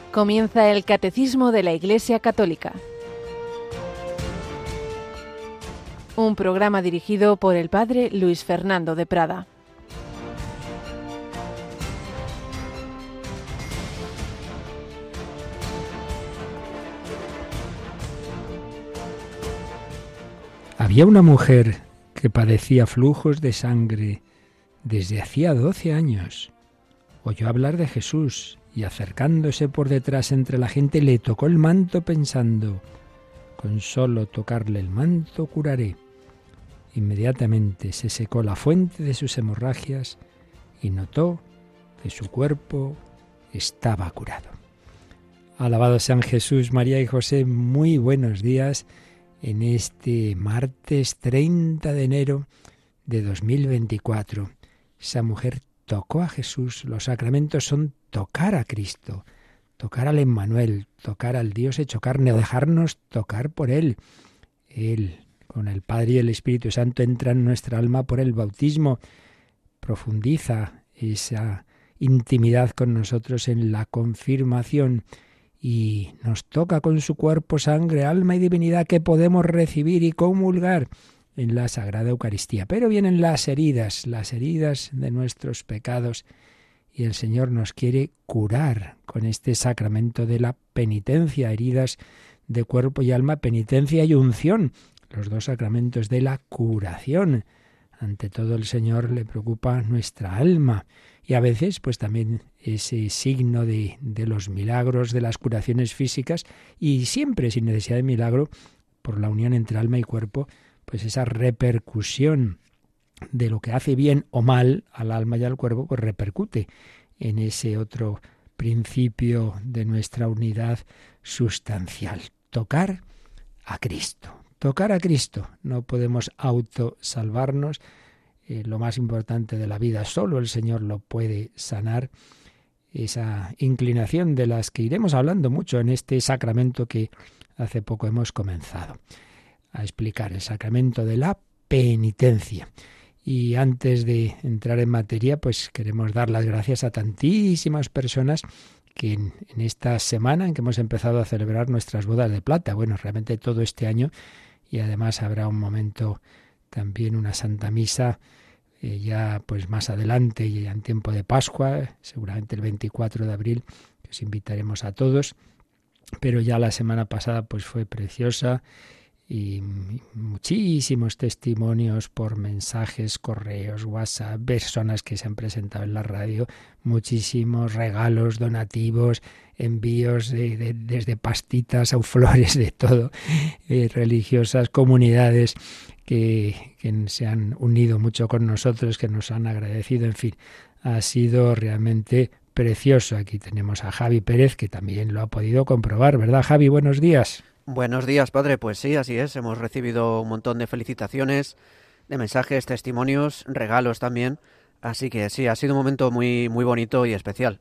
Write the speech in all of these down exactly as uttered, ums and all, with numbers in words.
Comienza el Catecismo de la Iglesia Católica. Un programa dirigido por el Padre Luis Fernando de Prada. Había una mujer que padecía flujos de sangre desde hacía doce años. Oyó hablar de Jesús y acercándose por detrás entre la gente le tocó el manto pensando: con solo tocarle el manto curaré. Inmediatamente se secó la fuente de sus hemorragias y notó que su cuerpo estaba curado. Alabado sean Jesús, María y José, muy buenos días en este martes treinta de enero de dos mil veinticuatro. Esa mujer tocó a Jesús. Los sacramentos son tocar a Cristo, tocar al Emmanuel, tocar al Dios hecho carne, dejarnos tocar por Él. Él, con el Padre y el Espíritu Santo, entra en nuestra alma por el bautismo, profundiza esa intimidad con nosotros en la confirmación y nos toca con su cuerpo, sangre, alma y divinidad que podemos recibir y comulgar en la Sagrada Eucaristía. Pero vienen las heridas, las heridas de nuestros pecados, y el Señor nos quiere curar con este sacramento de la penitencia, heridas de cuerpo y alma, penitencia y unción, los dos sacramentos de la curación. Ante todo, el Señor le preocupa nuestra alma, y a veces pues también ese signo de, de los milagros, de las curaciones físicas, y siempre sin necesidad de milagro, por la unión entre alma y cuerpo, pues esa repercusión de lo que hace bien o mal al alma y al cuerpo, pues repercute en ese otro principio de nuestra unidad sustancial. Tocar a Cristo. Tocar a Cristo. No podemos autosalvarnos. Eh, lo más importante de la vida, solo el Señor lo puede sanar. Esa inclinación de las que iremos hablando mucho en este sacramento que hace poco hemos comenzado a explicar, el sacramento de la penitencia. Y antes de entrar en materia, pues queremos dar las gracias a tantísimas personas que en, en esta semana en que hemos empezado a celebrar nuestras bodas de plata, bueno, realmente todo este año, y además habrá un momento también, una Santa Misa, eh, ya pues más adelante, y ya en tiempo de Pascua, seguramente el veinticuatro de abril, que os invitaremos a todos, pero ya la semana pasada pues fue preciosa, y muchísimos testimonios por mensajes, correos, WhatsApp, personas que se han presentado en la radio, muchísimos regalos, donativos, envíos de, de, desde pastitas a flores, de todo, eh, religiosas, comunidades que, que se han unido mucho con nosotros, que nos han agradecido, en fin, ha sido realmente precioso. Aquí tenemos a Javi Pérez, que también lo ha podido comprobar, ¿verdad, Javi? Buenos días. Buenos días, padre. Pues sí, así es. Hemos recibido un montón de felicitaciones, de mensajes, testimonios, regalos también. Así que sí, ha sido un momento muy, muy bonito y especial.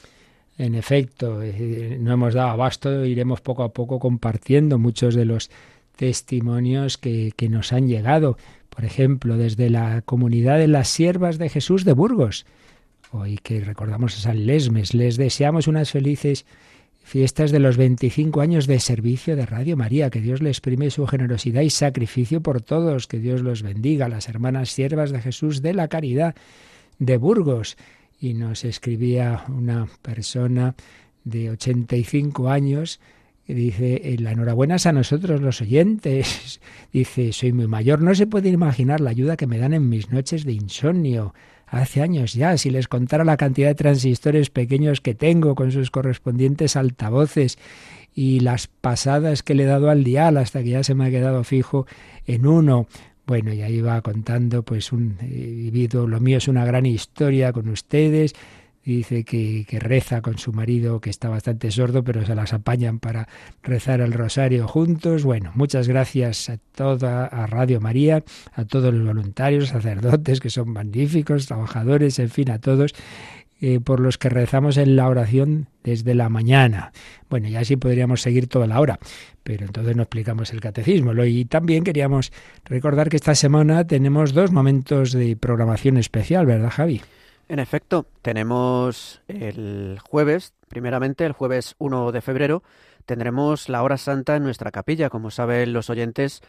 En efecto, eh, no hemos dado abasto, iremos poco a poco compartiendo muchos de los testimonios que, que nos han llegado. Por ejemplo, desde la comunidad de las Siervas de Jesús de Burgos. Hoy que recordamos a San Lesmes, les deseamos unas felices fiestas de los veinticinco años de servicio de Radio María. Que Dios les prime su generosidad y sacrificio por todos. Que Dios los bendiga. Las hermanas Siervas de Jesús de la Caridad de Burgos. Y nos escribía una persona de ochenta y cinco años que dice: la enhorabuena es a nosotros los oyentes. Dice: soy muy mayor, no se puede imaginar la ayuda que me dan en mis noches de insomnio. Hace años ya, si les contara la cantidad de transistores pequeños que tengo con sus correspondientes altavoces y las pasadas que le he dado al dial hasta que ya se me ha quedado fijo en uno. Bueno, y ahí va contando, pues un, he vivido, lo mío es una gran historia con ustedes. Dice que, que reza con su marido, que está bastante sordo, pero se las apañan para rezar el rosario juntos. Bueno, muchas gracias a toda a Radio María, a todos los voluntarios, sacerdotes, que son magníficos, trabajadores, en fin, a todos, eh, por los que rezamos en la oración desde la mañana. Bueno, ya así podríamos seguir toda la hora, pero entonces no explicamos el catecismo. Y también queríamos recordar que esta semana tenemos dos momentos de programación especial, ¿verdad, Javi? En efecto, tenemos el jueves, primeramente el jueves primero de febrero, tendremos la hora santa en nuestra capilla. Como saben los oyentes,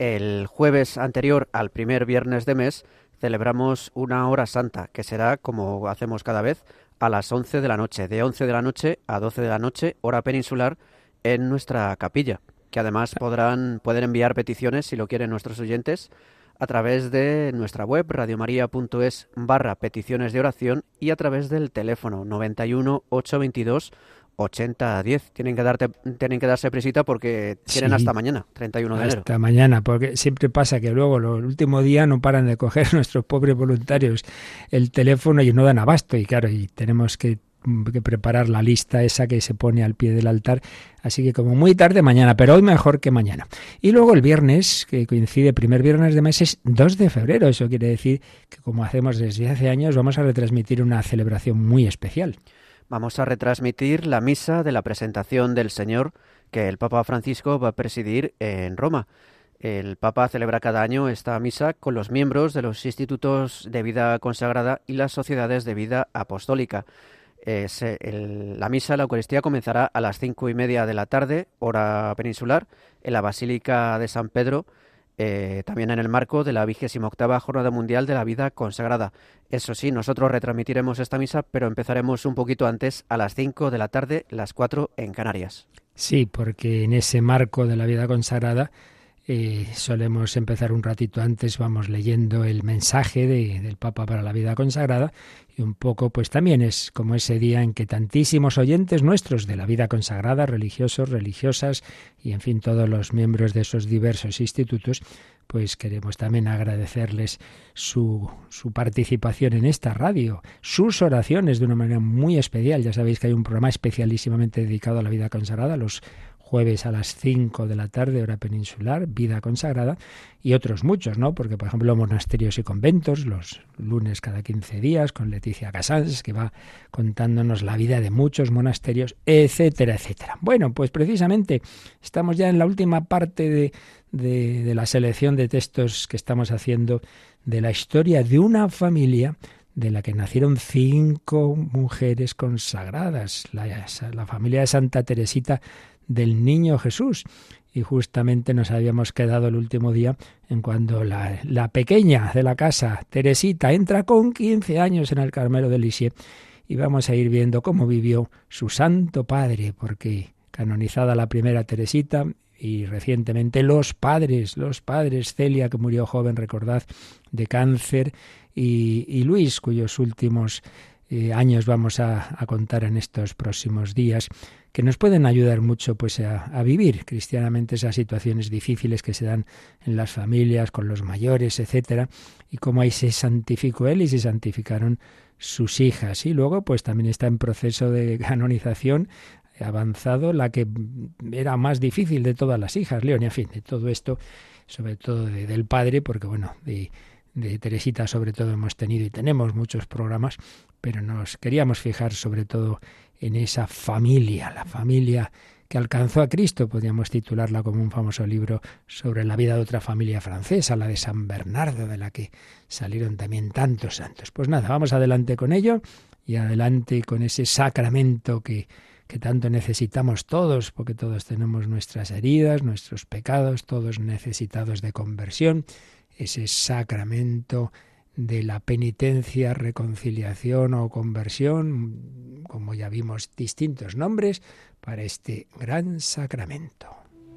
el jueves anterior al primer viernes de mes celebramos una hora santa, que será, como hacemos cada vez, a las once de la noche, de once de la noche a doce de la noche, hora peninsular, en nuestra capilla, que además podrán, pueden enviar peticiones, si lo quieren nuestros oyentes, a través de nuestra web radiomaria.es barra peticiones de oración y a través del teléfono noventa y uno, ochocientos veintidós, ochenta diez. Tienen que darte, tienen que darse prisita porque tienen Sí, hasta mañana, treinta y uno de enero. hasta mañana, porque siempre pasa que luego el último día no paran de coger nuestros pobres voluntarios el teléfono y no dan abasto, y claro, y tenemos que que preparar la lista esa que se pone al pie del altar, así que como muy tarde mañana, pero hoy mejor que mañana. Y luego el viernes, que coincide primer viernes de mes, es dos de febrero, eso quiere decir que como hacemos desde hace años vamos a retransmitir una celebración muy especial. Vamos a retransmitir la misa de la presentación del Señor que el Papa Francisco va a presidir en Roma. El Papa celebra cada año esta misa con los miembros de los institutos de vida consagrada y las sociedades de vida apostólica. Eh, se, el, la misa, la Eucaristía, comenzará a las cinco y media de la tarde, hora peninsular, en la Basílica de San Pedro, eh, también en el marco de la vigésima octava Jornada Mundial de la Vida Consagrada. Eso sí, nosotros retransmitiremos esta misa, pero empezaremos un poquito antes, a las cinco de la tarde, las cuatro en Canarias. Sí, porque en ese marco de la vida consagrada Eh, solemos empezar un ratito antes, vamos leyendo el mensaje de, del Papa para la vida consagrada, y un poco pues también es como ese día en que tantísimos oyentes nuestros de la vida consagrada, religiosos, religiosas y en fin todos los miembros de esos diversos institutos, pues queremos también agradecerles su, su participación en esta radio, sus oraciones de una manera muy especial. Ya sabéis que hay un programa especialísimamente dedicado a la vida consagrada, los jueves a las cinco de la tarde, hora peninsular, vida consagrada, y otros muchos, ¿no? Porque, por ejemplo, monasterios y conventos, los lunes cada quince días, con Leticia Casals, que va contándonos la vida de muchos monasterios, etcétera, etcétera. Bueno, pues precisamente estamos ya en la última parte de, de, de la selección de textos que estamos haciendo de la historia de una familia de la que nacieron cinco mujeres consagradas, la, la familia de Santa Teresita del Niño Jesús. Y justamente nos habíamos quedado el último día en cuando la, la pequeña de la casa, Teresita, entra con quince años en el Carmelo de Lisieux, y vamos a ir viendo cómo vivió su santo padre, porque canonizada la primera Teresita y recientemente los padres, los padres, Celia, que murió joven, recordad, de cáncer, y, y Luis, cuyos últimos eh, años vamos a, a contar en estos próximos días, que nos pueden ayudar mucho pues a, a vivir cristianamente esas situaciones difíciles que se dan en las familias, con los mayores, etcétera, y cómo ahí se santificó él y se santificaron sus hijas. Y luego pues también está en proceso de canonización avanzado la que era más difícil de todas las hijas, Leonia, en fin, de todo esto, sobre todo de, del padre, porque bueno, de, de Teresita sobre todo hemos tenido y tenemos muchos programas, pero nos queríamos fijar sobre todo en esa familia, la familia que alcanzó a Cristo. Podríamos titularla como un famoso libro sobre la vida de otra familia francesa, la de San Bernardo, de la que salieron también tantos santos. Pues nada, vamos adelante con ello y adelante con ese sacramento que, que tanto necesitamos todos, porque todos tenemos nuestras heridas, nuestros pecados, todos necesitados de conversión, ese sacramento de la penitencia, reconciliación o conversión, como ya vimos, distintos nombres para este gran sacramento.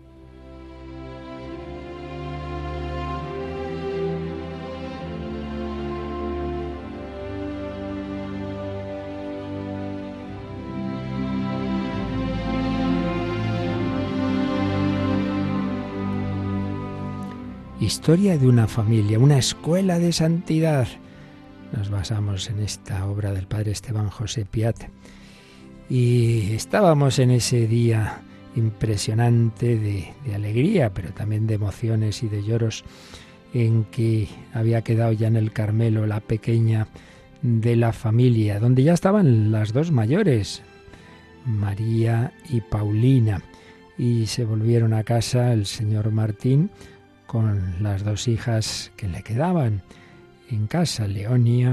Historia de una familia, una escuela de santidad. Nos basamos en esta obra del padre Esteban José Piat. Y estábamos en ese día impresionante de, de alegría, pero también de emociones y de lloros, en que había quedado ya en el Carmelo la pequeña de la familia, donde ya estaban las dos mayores, María y Paulina, y se volvieron a casa el señor Martín con las dos hijas que le quedaban en casa, Leonia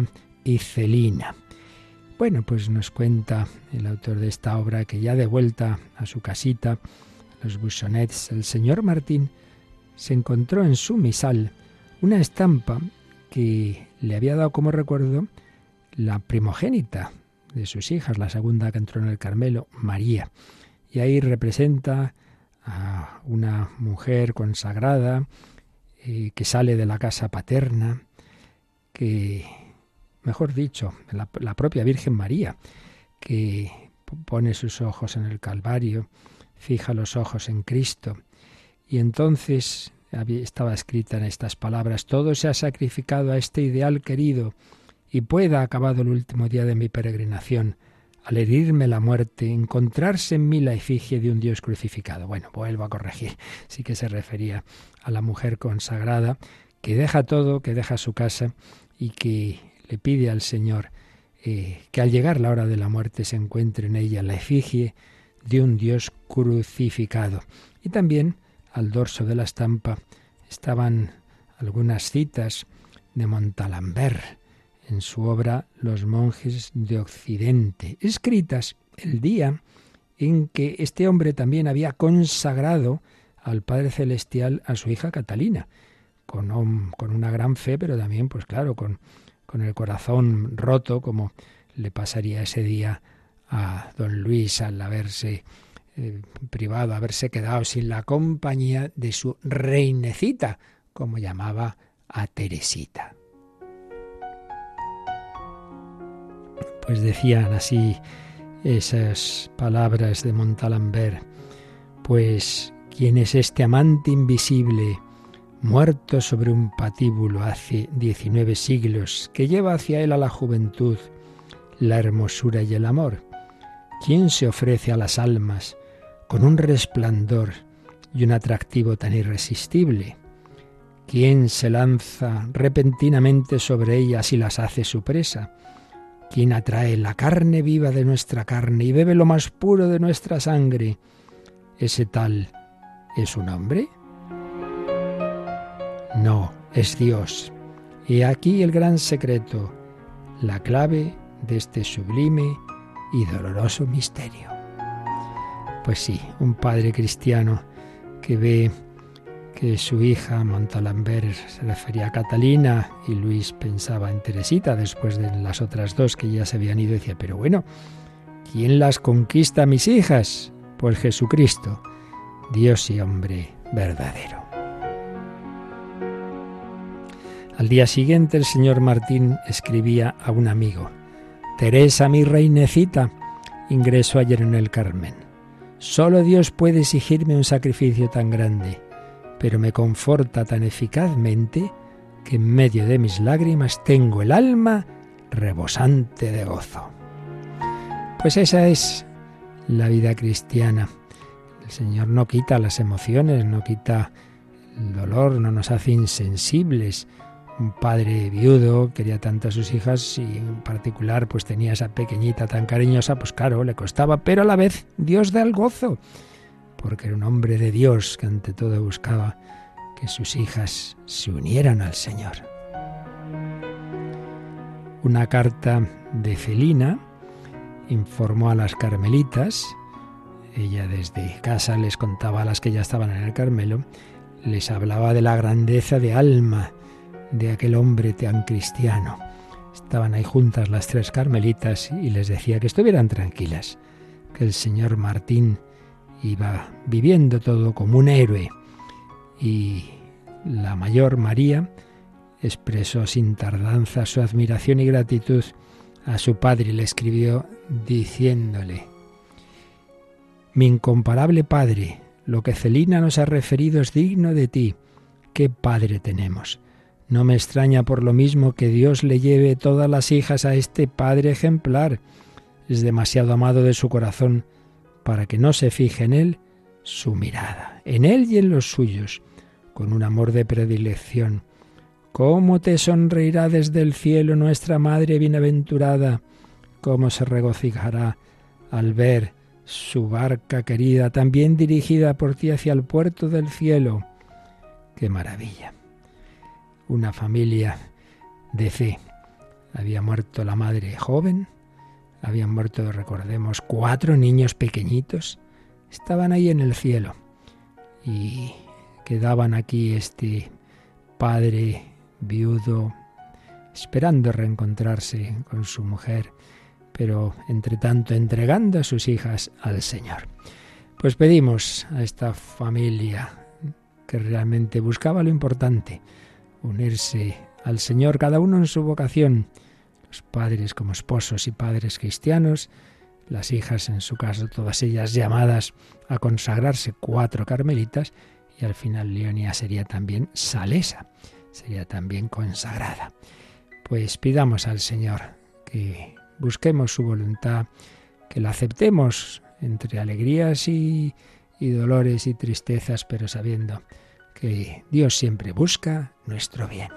y Celina. Bueno, pues nos cuenta el autor de esta obra que ya de vuelta a su casita, los Bussonets, el señor Martín se encontró en su misal una estampa que le había dado como recuerdo la primogénita de sus hijas, la segunda que entró en el Carmelo, María. Y ahí representa a una mujer consagrada eh, que sale de la casa paterna, que, mejor dicho, la, la propia Virgen María, que pone sus ojos en el Calvario, fija los ojos en Cristo. Y entonces estaba escrita en estas palabras: todo se ha sacrificado a este ideal querido, y pueda, acabado el último día de mi peregrinación, al herirme la muerte, encontrarse en mí la efigie de un Dios crucificado. Bueno, vuelvo a corregir, sí que se refería a la mujer consagrada que deja todo, que deja su casa y que le pide al Señor eh, que al llegar la hora de la muerte se encuentre en ella la efigie de un Dios crucificado. Y también al dorso de la estampa estaban algunas citas de Montalembert en su obra Los monjes de Occidente, escritas el día en que este hombre también había consagrado al Padre Celestial a su hija Catalina, con, un, con una gran fe, pero también, pues claro, con, con el corazón roto, como le pasaría ese día a don Luis al haberse eh, privado, haberse quedado sin la compañía de su reinecita, como llamaba a Teresita. Pues decían así esas palabras de Montalembert: pues, ¿quién es este amante invisible, muerto sobre un patíbulo hace diecinueve siglos, que lleva hacia él a la juventud, la hermosura y el amor? ¿Quién se ofrece a las almas con un resplandor y un atractivo tan irresistible? ¿Quién se lanza repentinamente sobre ellas y las hace su presa? ¿Quién atrae la carne viva de nuestra carne y bebe lo más puro de nuestra sangre? ¿Ese tal es un hombre? No, es Dios. Y aquí el gran secreto, la clave de este sublime y doloroso misterio. Pues sí, un padre cristiano que ve que su hija Montalembert se refería a Catalina y Luis pensaba en Teresita después de las otras dos que ya se habían ido, y decía, pero bueno, ¿quién las conquista, mis hijas? Pues Jesucristo, Dios y hombre verdadero. Al día siguiente el señor Martín escribía a un amigo: Teresa, mi reinecita, ingresó ayer en el Carmen. Solo Dios puede exigirme un sacrificio tan grande, pero me conforta tan eficazmente que en medio de mis lágrimas tengo el alma rebosante de gozo. Pues esa es la vida cristiana. El Señor no quita las emociones, no quita el dolor, no nos hace insensibles. Un padre viudo quería tanto a sus hijas y en particular pues tenía esa pequeñita tan cariñosa, pues claro, le costaba, pero a la vez Dios da el gozo, porque era un hombre de Dios que ante todo buscaba que sus hijas se unieran al Señor. Una carta de Celina informó a las carmelitas, ella desde casa les contaba a las que ya estaban en el Carmelo, les hablaba de la grandeza de alma de aquel hombre tan cristiano. Estaban ahí juntas las tres carmelitas y les decía que estuvieran tranquilas, que el señor Martín iba viviendo todo como un héroe. Y la mayor María expresó sin tardanza su admiración y gratitud a su padre y le escribió diciéndole: mi incomparable padre, lo que Celina nos ha referido es digno de ti. ¿Qué padre tenemos? No me extraña por lo mismo que Dios le lleve todas las hijas a este padre ejemplar. Es demasiado amado de su corazón para que no se fije en él su mirada, en él y en los suyos, con un amor de predilección. ¿Cómo te sonreirá desde el cielo nuestra Madre bienaventurada? ¿Cómo se regocijará al ver su barca querida, también dirigida por ti hacia el puerto del cielo? ¡Qué maravilla! Una familia de fe. Había muerto la madre joven, habían muerto, recordemos, cuatro niños pequeñitos. Estaban ahí en el cielo y quedaban aquí este padre viudo esperando reencontrarse con su mujer, pero entre tanto entregando a sus hijas al Señor. Pues pedimos a esta familia que realmente buscaba lo importante, unirse al Señor, cada uno en su vocación, los padres como esposos y padres cristianos, las hijas en su caso, todas ellas llamadas a consagrarse, cuatro carmelitas, y al final Leonia sería también salesa, sería también consagrada. Pues pidamos al Señor que busquemos su voluntad, que la aceptemos entre alegrías y, y dolores y tristezas, pero sabiendo que Dios siempre busca nuestro bien.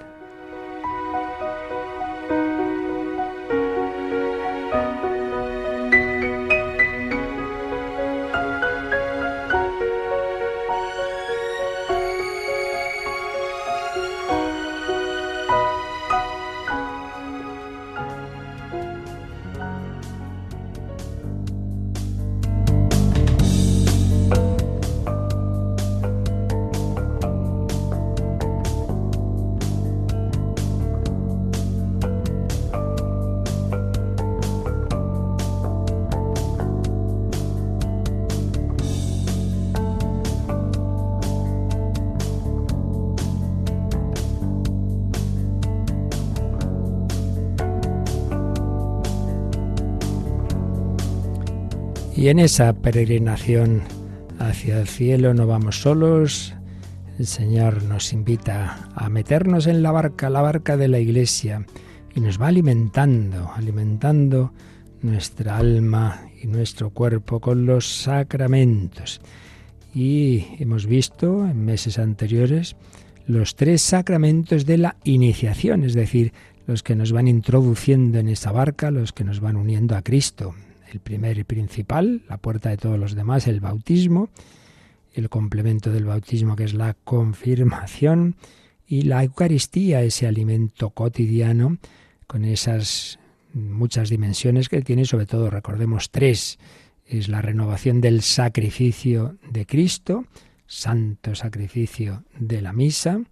Y en esa peregrinación hacia el cielo no vamos solos. El Señor nos invita a meternos en la barca, la barca de la Iglesia, y nos va alimentando, alimentando nuestra alma y nuestro cuerpo con los sacramentos. Y hemos visto en meses anteriores los tres sacramentos de la iniciación, es decir, los que nos van introduciendo en esa barca, los que nos van uniendo a Cristo. El primero y principal, la puerta de todos los demás, el bautismo, el complemento del bautismo que es la confirmación y la Eucaristía, ese alimento cotidiano con esas muchas dimensiones que tiene, sobre todo recordemos tres, es la renovación del sacrificio de Cristo, santo sacrificio de la misa,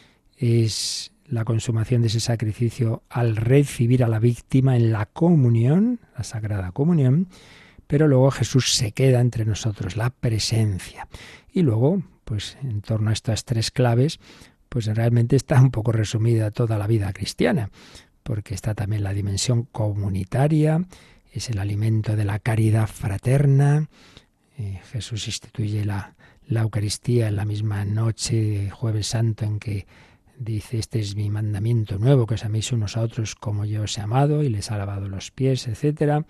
es la consumación de ese sacrificio al recibir a la víctima en la comunión, la Sagrada Comunión, pero luego Jesús se queda entre nosotros, la presencia. Y luego, pues en torno a estas tres claves, pues realmente está un poco resumida toda la vida cristiana, porque está también la dimensión comunitaria, es el alimento de la caridad fraterna. Eh, Jesús instituye la, la Eucaristía en la misma noche de Jueves Santo en que dice, este es mi mandamiento nuevo, que os améis unos a otros como yo os he amado y les he lavado los pies, etcétera.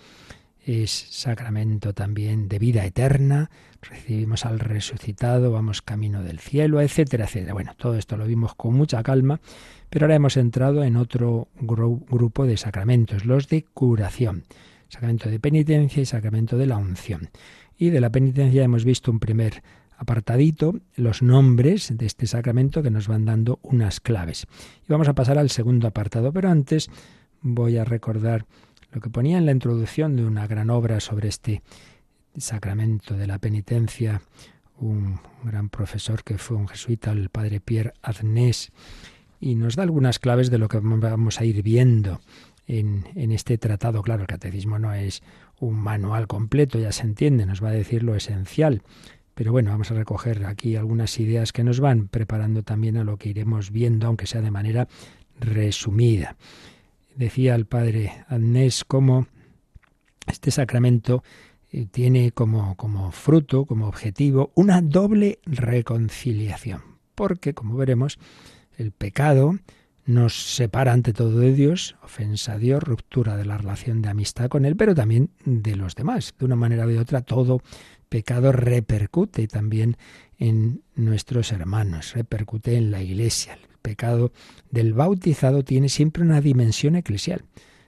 Es sacramento también de vida eterna, recibimos al resucitado, vamos camino del cielo, etcétera, etcétera. Bueno, todo esto lo vimos con mucha calma, pero ahora hemos entrado en otro gru- grupo de sacramentos, los de curación, sacramento de penitencia y sacramento de la unción. Y de la penitencia hemos visto un primer apartadito, los nombres de este sacramento que nos van dando unas claves. Y vamos a pasar al segundo apartado, pero antes voy a recordar lo que ponía en la introducción de una gran obra sobre este sacramento de la penitencia, un gran profesor que fue un jesuita, el padre Pierre Adnés, y nos da algunas claves de lo que vamos a ir viendo en, en este tratado. Claro, el catecismo no es un manual completo, ya se entiende, nos va a decir lo esencial. Pero bueno, vamos a recoger aquí algunas ideas que nos van preparando también a lo que iremos viendo, aunque sea de manera resumida. Decía el padre Adnés cómo este sacramento eh, tiene como, como fruto, como objetivo, una doble reconciliación. Porque, como veremos, el pecado nos separa ante todo de Dios, ofensa a Dios, ruptura de la relación de amistad con Él, pero también de los demás. De una manera u otra, todo pecado repercute también en nuestros hermanos, repercute en la Iglesia. El pecado del bautizado tiene siempre una dimensión eclesial.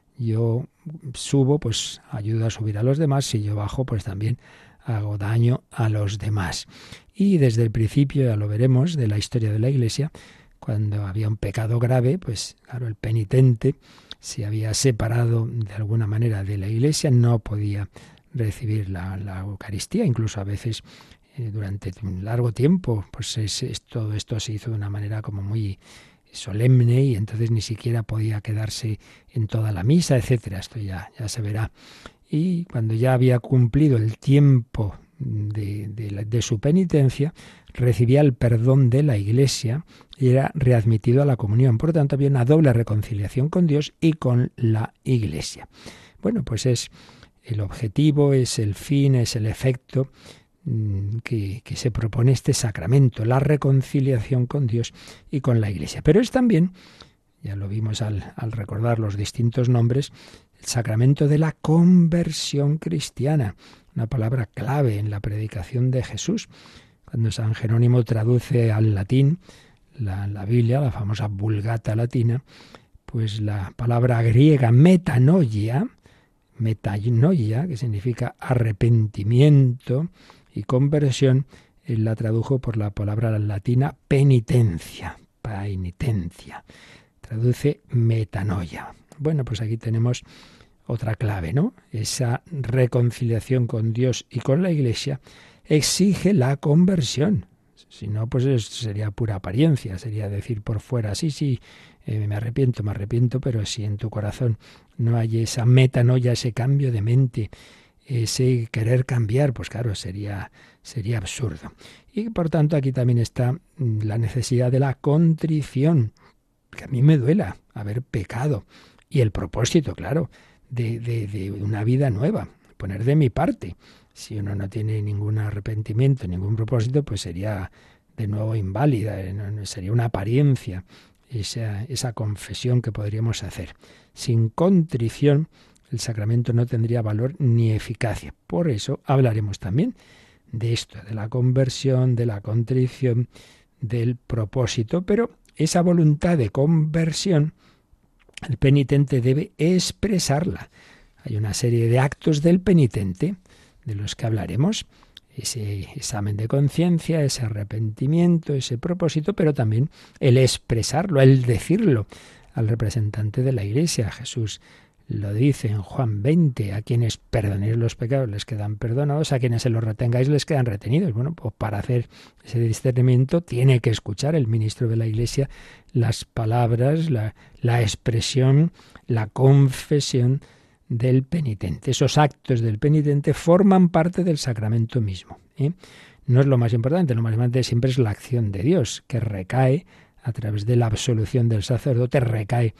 Yo subo, pues ayudo a subir a los demás, si yo bajo, pues también hago daño a los demás. Y desde el principio, ya lo veremos, de la historia de la Iglesia, cuando había un pecado grave, pues claro, el penitente se había separado de alguna manera de la Iglesia, no podía recibir la, la Eucaristía, incluso a veces eh, durante un largo tiempo, pues es, es, todo esto se hizo de una manera como muy solemne y entonces ni siquiera podía quedarse en toda la misa, etcétera. Esto ya, ya se verá. Y cuando ya había cumplido el tiempo de, de, de su penitencia, recibía el perdón de la Iglesia y era readmitido a la comunión. Por lo tanto, había una doble reconciliación con Dios y con la Iglesia. Bueno, pues es el objetivo, es el fin, es el efecto Que, que se propone este sacramento, la reconciliación con Dios y con la Iglesia. Pero es también, ya lo vimos al, al recordar los distintos nombres, el sacramento de la conversión cristiana, una palabra clave en la predicación de Jesús. Cuando San Jerónimo traduce al latín la, la Biblia, la famosa Vulgata latina, pues la palabra griega metanoia, metanoia, que significa arrepentimiento, y conversión, él la tradujo por la palabra latina penitencia, penitencia. Traduce metanoia. Bueno, pues aquí tenemos otra clave, ¿no? Esa reconciliación con Dios y con la Iglesia exige la conversión. Si no, pues sería pura apariencia, sería decir por fuera, sí, sí, eh, me arrepiento, me arrepiento, pero si en tu corazón no hay esa metanoia, ese cambio de mente, ese querer cambiar, pues claro, sería, sería absurdo. Y por tanto aquí también está la necesidad de la contrición, que a mí me duela haber pecado, y el propósito, claro, de, de, de una vida nueva, poner de mi parte. Si uno no tiene ningún arrepentimiento, ningún propósito, pues sería de nuevo inválida, sería una apariencia, esa, esa confesión que podríamos hacer. Sin contrición, el sacramento no tendría valor ni eficacia. Por eso hablaremos también de esto, de la conversión, de la contrición, del propósito. Pero esa voluntad de conversión, el penitente debe expresarla. Hay una serie de actos del penitente de los que hablaremos. Ese examen de conciencia, ese arrepentimiento, ese propósito, pero también el expresarlo, el decirlo al representante de la Iglesia. Jesús lo dice en Juan veinte, a quienes perdonéis los pecados les quedan perdonados, a quienes se los retengáis les quedan retenidos. Bueno, pues para hacer ese discernimiento tiene que escuchar el ministro de la Iglesia las palabras, la, la expresión, la confesión del penitente. Esos actos del penitente forman parte del sacramento mismo, ¿eh? No es lo más importante, lo más importante siempre es la acción de Dios, que recae a través de la absolución del sacerdote, recae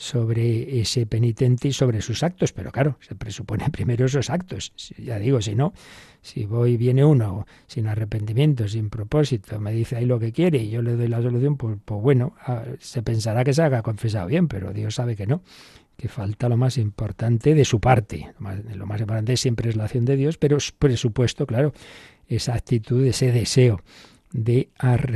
sobre ese penitente y sobre sus actos, pero claro, se presupone primero esos actos. Ya digo, si no, si voy, viene uno sin arrepentimiento, sin propósito, me dice ahí lo que quiere y yo le doy la solución, pues, pues bueno, se pensará que se haga confesado bien, pero Dios sabe que no, que falta lo más importante de su parte. Lo más, lo más importante siempre es la acción de Dios, pero es presupuesto, claro, esa actitud, ese deseo de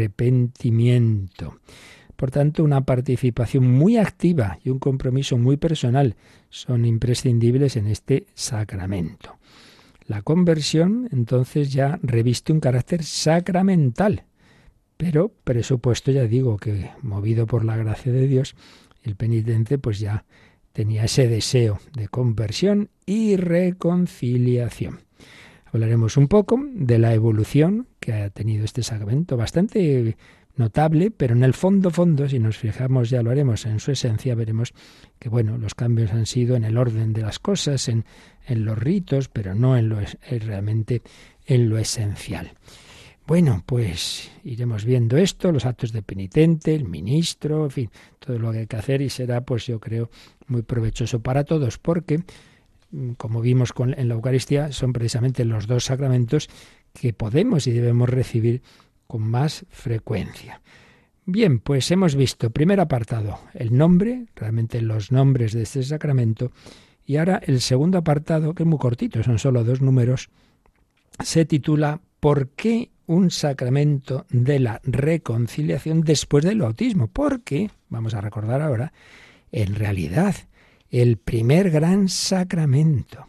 arrepentimiento. Por tanto, una participación muy activa y un compromiso muy personal son imprescindibles en este sacramento. La conversión, entonces, ya reviste un carácter sacramental, pero presupuesto, ya digo, que movido por la gracia de Dios, el penitente pues ya tenía ese deseo de conversión y reconciliación. Hablaremos un poco de la evolución que ha tenido este sacramento, bastante notable, pero en el fondo, fondo, si nos fijamos, ya lo haremos en su esencia, veremos que, bueno, los cambios han sido en el orden de las cosas, en, en los ritos, pero no en lo, en realmente en lo esencial. Bueno, pues iremos viendo esto, los actos de penitente, el ministro, en fin, todo lo que hay que hacer y será, pues yo creo, muy provechoso para todos, porque, como vimos con, en la Eucaristía, son precisamente los dos sacramentos que podemos y debemos recibir con más frecuencia. Bien, pues hemos visto, primer apartado, el nombre, realmente los nombres de este sacramento, y ahora el segundo apartado, que es muy cortito, son solo dos números, se titula ¿Por qué un sacramento de la reconciliación después del bautismo? Porque, vamos a recordar ahora, en realidad, el primer gran sacramento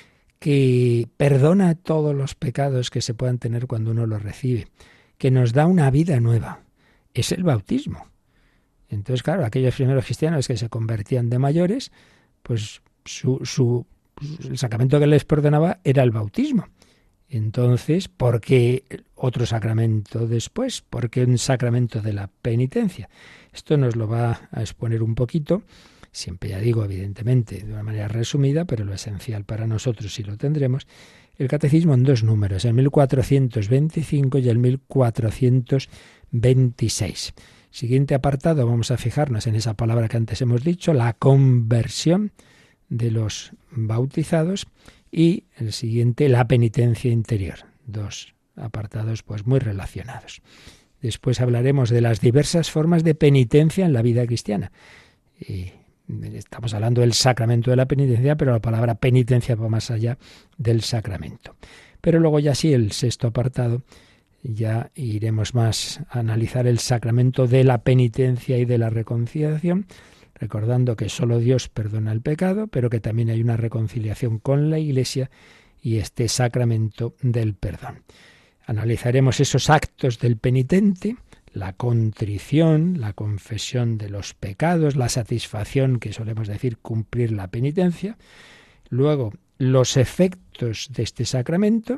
que perdona todos los pecados que se puedan tener cuando uno los recibe, que nos da una vida nueva, es el bautismo. Entonces, claro, aquellos primeros cristianos que se convertían de mayores, pues su, su, el sacramento que les perdonaba era el bautismo. Entonces, ¿por qué otro sacramento después? ¿Por qué un sacramento de la penitencia? Esto nos lo va a exponer un poquito, siempre ya digo, evidentemente, de una manera resumida, pero lo esencial para nosotros sí lo tendremos, el catecismo en dos números, el mil cuatrocientos veinticinco y el mil cuatrocientos veintiséis. Siguiente apartado, vamos a fijarnos en esa palabra que antes hemos dicho, la conversión de los bautizados, y el siguiente, la penitencia interior. Dos apartados pues muy relacionados. Después hablaremos de las diversas formas de penitencia en la vida cristiana. Y estamos hablando del sacramento de la penitencia, pero la palabra penitencia va más allá del sacramento. Pero luego ya sí, el sexto apartado, ya iremos más a analizar el sacramento de la penitencia y de la reconciliación, recordando que solo Dios perdona el pecado, pero que también hay una reconciliación con la Iglesia y este sacramento del perdón. Analizaremos esos actos del penitente, la contrición, la confesión de los pecados, la satisfacción, que solemos decir cumplir la penitencia, luego los efectos de este sacramento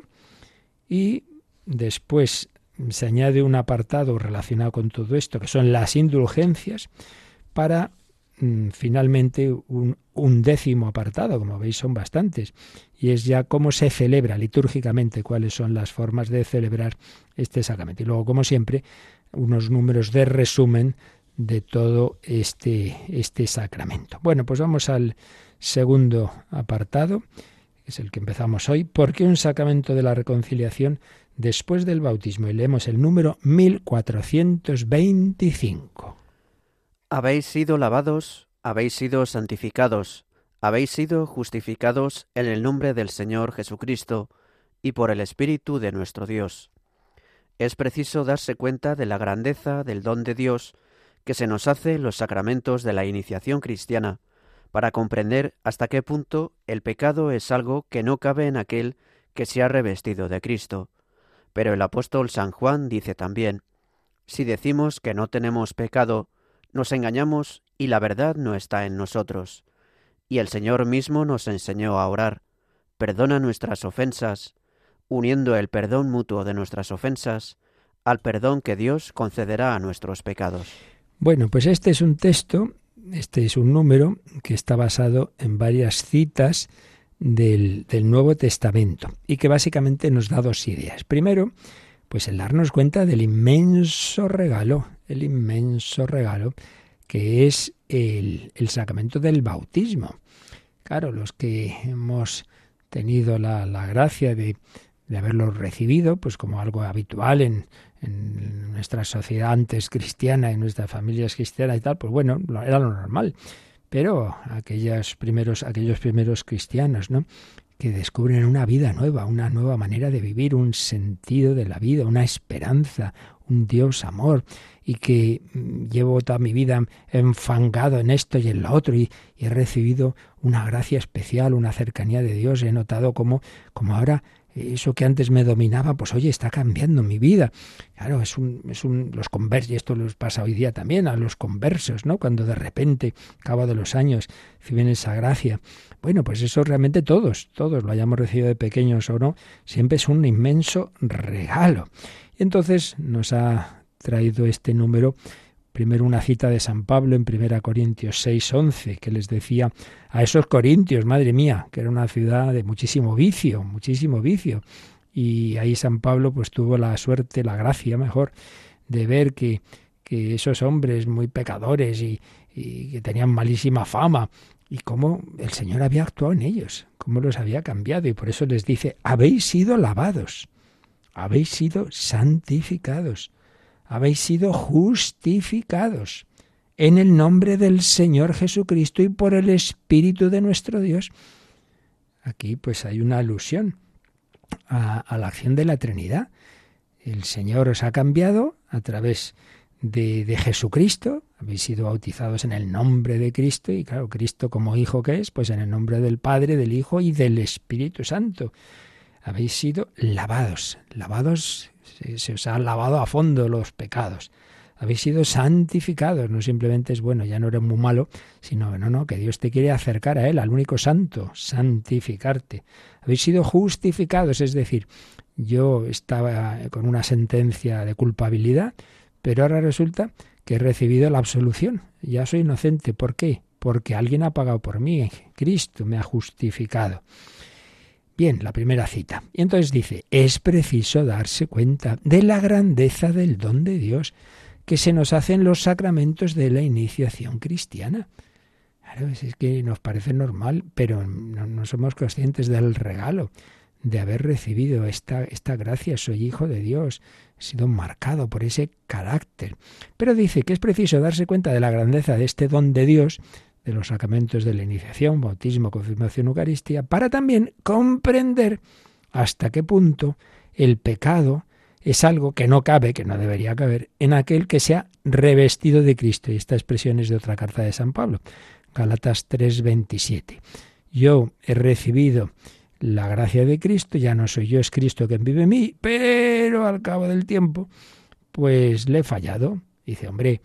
y después se añade un apartado relacionado con todo esto, que son las indulgencias, para finalmente un, un décimo apartado, como veis son bastantes, y es ya cómo se celebra litúrgicamente, cuáles son las formas de celebrar este sacramento. Y luego, como siempre, unos números de resumen de todo este, este sacramento. Bueno, pues vamos al segundo apartado, que es el que empezamos hoy. ¿Por qué un sacramento de la reconciliación después del bautismo? Y leemos el número mil cuatrocientos veinticinco. Habéis sido lavados, habéis sido santificados, habéis sido justificados en el nombre del Señor Jesucristo y por el Espíritu de nuestro Dios. Es preciso darse cuenta de la grandeza del don de Dios que se nos hace en los sacramentos de la iniciación cristiana, para comprender hasta qué punto el pecado es algo que no cabe en aquel que se ha revestido de Cristo. Pero el apóstol San Juan dice también: si decimos que no tenemos pecado, nos engañamos y la verdad no está en nosotros. Y el Señor mismo nos enseñó a orar: perdona nuestras ofensas, uniendo el perdón mutuo de nuestras ofensas al perdón que Dios concederá a nuestros pecados. Bueno, pues este es un texto, este es un número que está basado en varias citas del, del Nuevo Testamento y que básicamente nos da dos ideas. Primero, pues el darnos cuenta del inmenso regalo, el inmenso regalo que es el, el sacramento del bautismo. Claro, los que hemos tenido la, la gracia de, de haberlo recibido, pues como algo habitual en, en nuestra sociedad antes cristiana, en nuestras familias cristianas y tal, pues bueno, era lo normal. Pero aquellos primeros, aquellos primeros cristianos, ¿no?, que descubren una vida nueva, una nueva manera de vivir, un sentido de la vida, una esperanza, un Dios amor, y que llevo toda mi vida enfangado en esto y en lo otro, y, y he recibido una gracia especial, una cercanía de Dios. He notado como, como ahora eso que antes me dominaba, pues oye, está cambiando mi vida. Claro, es un, es un, los conversos, y esto les pasa hoy día también a los conversos, ¿no?, cuando de repente, a cabo de los años, reciben esa gracia. Bueno, pues eso realmente todos, todos lo hayamos recibido de pequeños o no, siempre es un inmenso regalo. Y entonces nos ha traído este número, primero una cita de San Pablo en primera Corintios seis once, que les decía a esos corintios, madre mía, que era una ciudad de muchísimo vicio, muchísimo vicio. Y ahí San Pablo pues tuvo la suerte, la gracia mejor, de ver que, que esos hombres muy pecadores y, y que tenían malísima fama, y cómo el Señor había actuado en ellos, cómo los había cambiado. Y por eso les dice: habéis sido lavados, habéis sido santificados, habéis sido justificados en el nombre del Señor Jesucristo y por el Espíritu de nuestro Dios. Aquí pues hay una alusión a, a la acción de la Trinidad. El Señor os ha cambiado a través de, de Jesucristo. Habéis sido bautizados en el nombre de Cristo, y claro, Cristo como Hijo que es, pues en el nombre del Padre, del Hijo y del Espíritu Santo. Habéis sido lavados, lavados, se, se os ha lavado a fondo los pecados. habéis sido santificados. No simplemente es, bueno, ya no eres muy malo, sino, no, no, que Dios te quiere acercar a Él, al único santo, santificarte. Habéis sido justificados, es decir, yo estaba con una sentencia de culpabilidad, pero ahora resulta que he recibido la absolución. Ya soy inocente. ¿Por qué? Porque alguien ha pagado por mí. Cristo me ha justificado. Bien, la primera cita. Y entonces dice, es preciso darse cuenta de la grandeza del don de Dios que se nos hace en los sacramentos de la iniciación cristiana. Claro, es que nos parece normal, pero no, no somos conscientes del regalo de haber recibido esta, esta gracia. Soy hijo de Dios, he sido marcado por ese carácter. Pero dice que es preciso darse cuenta de la grandeza de este don de Dios, de los sacramentos de la iniciación, bautismo, confirmación, Eucaristía, para también comprender hasta qué punto el pecado es algo que no cabe, que no debería caber, en aquel que se ha revestido de Cristo. Y esta expresión es de otra carta de San Pablo, Gálatas tres veintisiete. Yo he recibido la gracia de Cristo, ya no soy yo, es Cristo quien vive en mí, pero al cabo del tiempo, pues le he fallado. Dice, hombre,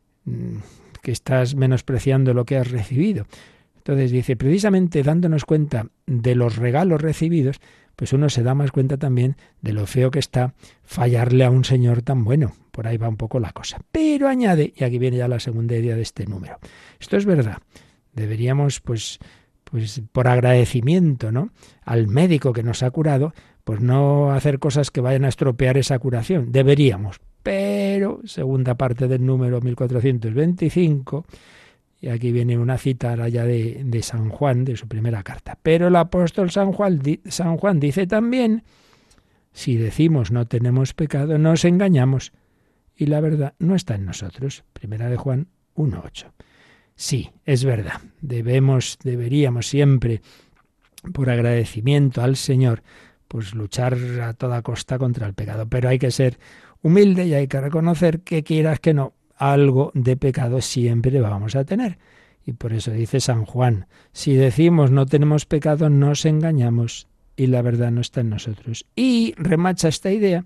que estás menospreciando lo que has recibido. Entonces dice, precisamente dándonos cuenta de los regalos recibidos, pues uno se da más cuenta también de lo feo que está fallarle a un Señor tan bueno. Por ahí va un poco la cosa. Pero añade, y aquí viene ya la segunda idea de este número, esto es verdad, deberíamos pues... pues por agradecimiento, ¿no?, al médico que nos ha curado, pues no hacer cosas que vayan a estropear esa curación. Deberíamos. Pero, segunda parte del número mil cuatrocientos veinticinco, y aquí viene una cita ya de, de San Juan, de su primera carta. Pero el apóstol San Juan, San Juan dice también, si decimos no tenemos pecado, nos engañamos, y la verdad no está en nosotros. Primera de Juan uno ocho. Sí, es verdad, debemos, deberíamos siempre, por agradecimiento al Señor, pues luchar a toda costa contra el pecado. Pero hay que ser humilde y hay que reconocer que quieras que no, algo de pecado siempre vamos a tener. Y por eso dice San Juan, si decimos no tenemos pecado, nos engañamos y la verdad no está en nosotros. Y remacha esta idea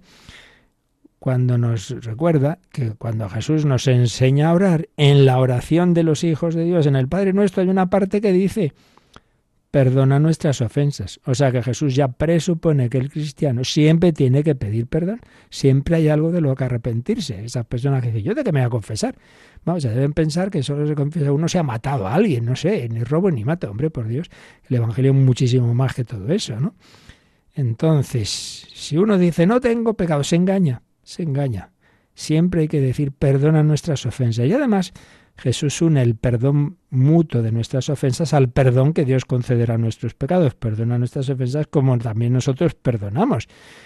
cuando nos recuerda que cuando Jesús nos enseña a orar, en la oración de los hijos de Dios, en el Padre Nuestro, hay una parte que dice, perdona nuestras ofensas. O sea que Jesús ya presupone que el cristiano siempre tiene que pedir perdón. Siempre hay algo de lo que arrepentirse. Esas personas que dicen, ¿yo de qué me voy a confesar? Vamos, ya deben pensar que solo se confiesa uno se ha matado a alguien, no sé, ni robo ni mata. Hombre, por Dios, el Evangelio es muchísimo más que todo eso, ¿no? Entonces, si uno dice, no tengo pecado, se engaña. Se engaña. Siempre hay que decir perdona nuestras ofensas. Y además Jesús une el perdón mutuo de nuestras ofensas al perdón que Dios concederá a nuestros pecados. Perdona nuestras ofensas como también nosotros perdonamos.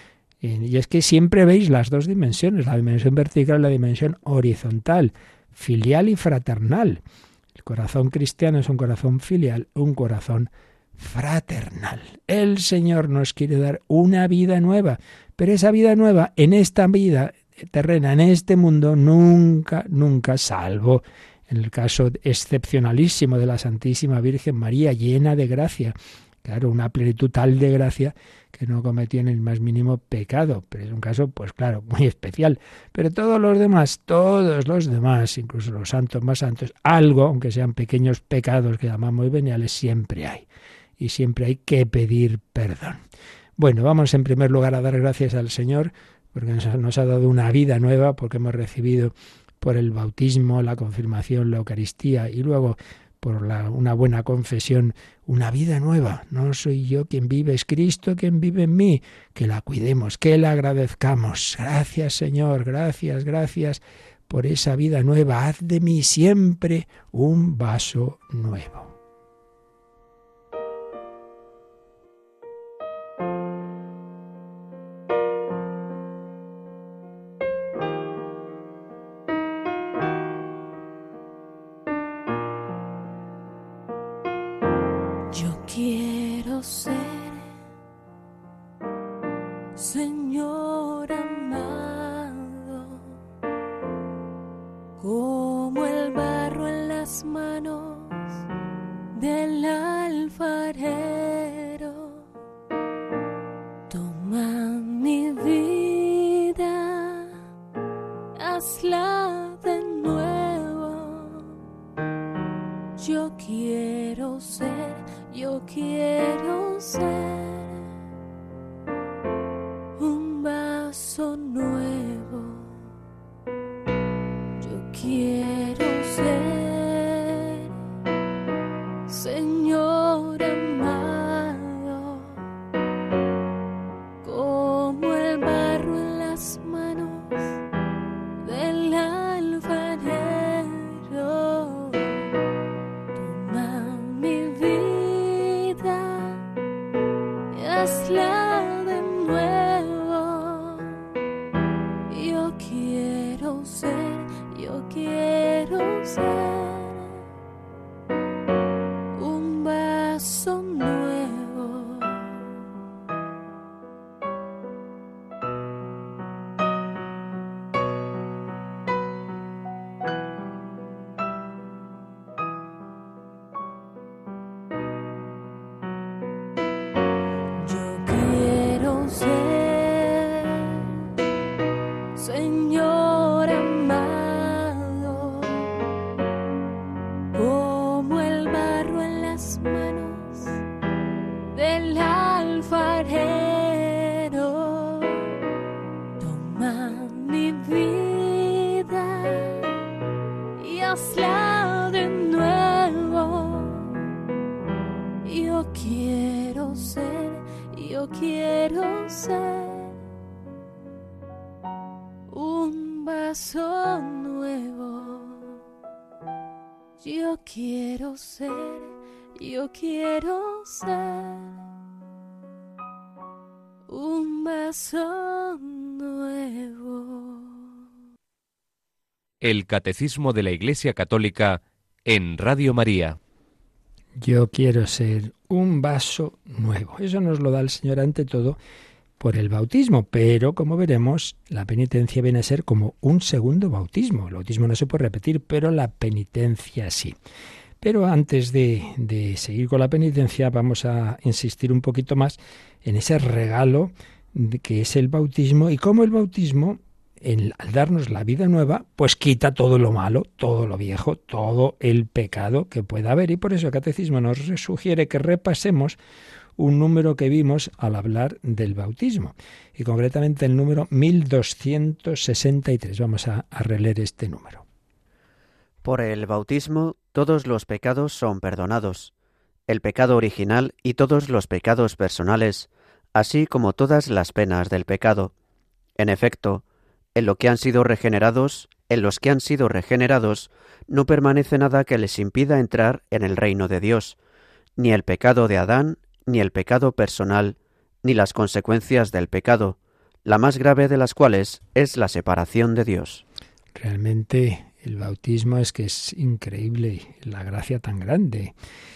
Y es que siempre veis las dos dimensiones, la dimensión vertical y la dimensión horizontal, filial y fraternal. El corazón cristiano es un corazón filial, un corazón fraternal. El Señor nos quiere dar una vida nueva, pero esa vida nueva, en esta vida terrena, en este mundo, nunca, nunca, salvo en el caso excepcionalísimo de la Santísima Virgen María, llena de gracia. Claro, una plenitud tal de gracia que no cometió en el más mínimo pecado, pero es un caso, pues claro, muy especial. Pero todos los demás, todos los demás, incluso los santos más santos, algo, aunque sean pequeños pecados que llamamos veniales, siempre hay. Y siempre hay que pedir perdón. Bueno, vamos en primer lugar a dar gracias al Señor, porque nos ha dado una vida nueva, porque hemos recibido por el bautismo, la confirmación, la Eucaristía, y luego por la, una buena confesión, una vida nueva. No soy yo quien vive, es Cristo quien vive en mí. Que la cuidemos, que la agradezcamos. Gracias, Señor, gracias, gracias por esa vida nueva. Haz de mí siempre un vaso nuevo. Quiero ser, Señor amado, como el barro en las manos del alfarero. Toma mi vida, hazla vaso nuevo. Yo quiero ser, Señor amado, como el barro en las manos del alfarero. Toma mi vida y hazla de nuevo. Yo quiero ser, yo quiero ser un vaso nuevo. Yo quiero ser, Señor amado, como el barro en las manos del alfarero. Toma mi vida y hazla de nuevo. Yo quiero ser, yo quiero ser un vaso nuevo. Yo quiero ser, yo quiero ser un vaso nuevo. El Catecismo de la Iglesia Católica en Radio María. Yo quiero ser un vaso nuevo. Eso nos lo da el Señor ante todo por el bautismo, pero como veremos, la penitencia viene a ser como un segundo bautismo. El bautismo no se puede repetir, pero la penitencia sí. Pero antes de, de seguir con la penitencia, vamos a insistir un poquito más en ese regalo que es el bautismo y cómo el bautismo, en, al darnos la vida nueva, pues quita todo lo malo, todo lo viejo, todo el pecado que pueda haber. Y por eso el Catecismo nos sugiere que repasemos un número que vimos al hablar del bautismo, y concretamente el número mil doscientos sesenta y tres. Vamos a, a releer este número. Por el bautismo todos los pecados son perdonados, el pecado original y todos los pecados personales, así como todas las penas del pecado. En efecto, en lo que han sido regenerados, en los que han sido regenerados, no permanece nada que les impida entrar en el reino de Dios, ni el pecado de Adán, ni el pecado personal, ni las consecuencias del pecado, la más grave de las cuales es la separación de Dios. Realmente el bautismo es que es increíble, la gracia tan grande.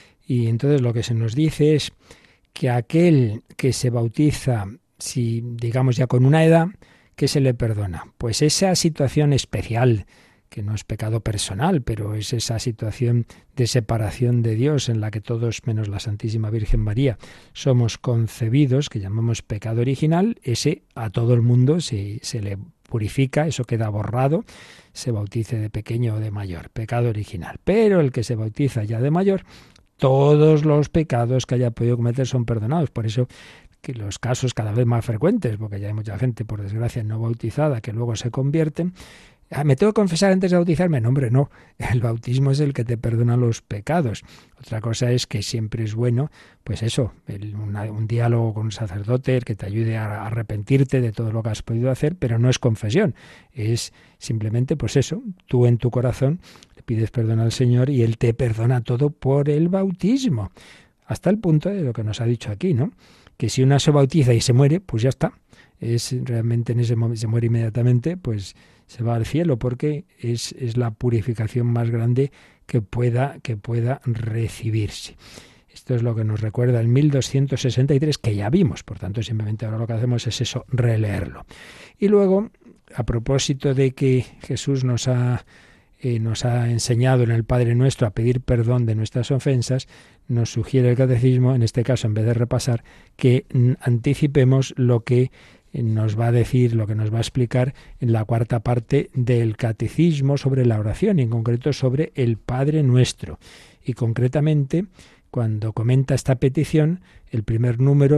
Y entonces lo que se nos dice es que aquel que se bautiza, si digamos ya con una edad, ¿qué se le perdona? Pues esa situación especial, que no es pecado personal, pero es esa situación de separación de Dios en la que todos, menos la Santísima Virgen María, somos concebidos, que llamamos pecado original, ese a todo el mundo se, se le purifica, eso queda borrado, se bautice de pequeño o de mayor, pecado original. Pero el que se bautiza ya de mayor, todos los pecados que haya podido cometer son perdonados. Por eso que los casos cada vez más frecuentes, porque ya hay mucha gente, por desgracia, no bautizada, que luego se convierten. Ah, ¿me tengo que confesar antes de bautizarme? No, hombre, no. El bautismo es el que te perdona los pecados. Otra cosa es que siempre es bueno, pues eso, el, una, un diálogo con un sacerdote que te ayude a arrepentirte de todo lo que has podido hacer, pero no es confesión. Es simplemente, pues eso, tú en tu corazón le pides perdón al Señor y Él te perdona todo por el bautismo. Hasta el punto de lo que nos ha dicho aquí, ¿no? Que si una se bautiza y se muere, pues ya está. Es realmente en ese momento, se muere inmediatamente, pues se va al cielo, porque es, es la purificación más grande que pueda, que pueda recibirse. Esto es lo que nos recuerda el mil doscientos sesenta y tres, que ya vimos, por tanto simplemente ahora lo que hacemos es eso, releerlo. Y luego, a propósito de que Jesús nos ha, eh, nos ha enseñado en el Padre Nuestro a pedir perdón de nuestras ofensas, nos sugiere el Catecismo, en este caso, en vez de repasar, que anticipemos lo que nos va a decir, lo que nos va a explicar en la cuarta parte del Catecismo sobre la oración, y en concreto sobre el Padre Nuestro. Y concretamente, cuando comenta esta petición, el primer número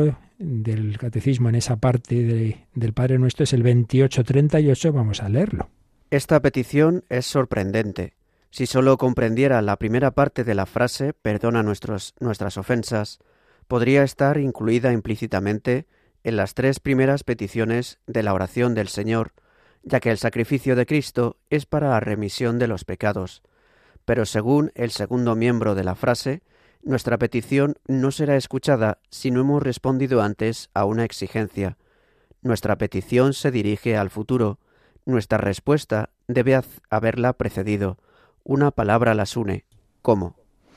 del Catecismo, en esa parte de, del Padre Nuestro, es el veintiocho treinta y ocho, vamos a leerlo. Esta petición es sorprendente. Si solo comprendiera la primera parte de la frase, perdona nuestros, nuestras ofensas, podría estar incluida implícitamente en las tres primeras peticiones de la oración del Señor, ya que el sacrificio de Cristo es para la remisión de los pecados. Pero según el segundo miembro de la frase, nuestra petición no será escuchada si no hemos respondido antes a una exigencia. Nuestra petición se dirige al futuro. Nuestra respuesta debe haberla precedido. Una palabra las une. ¿Cómo?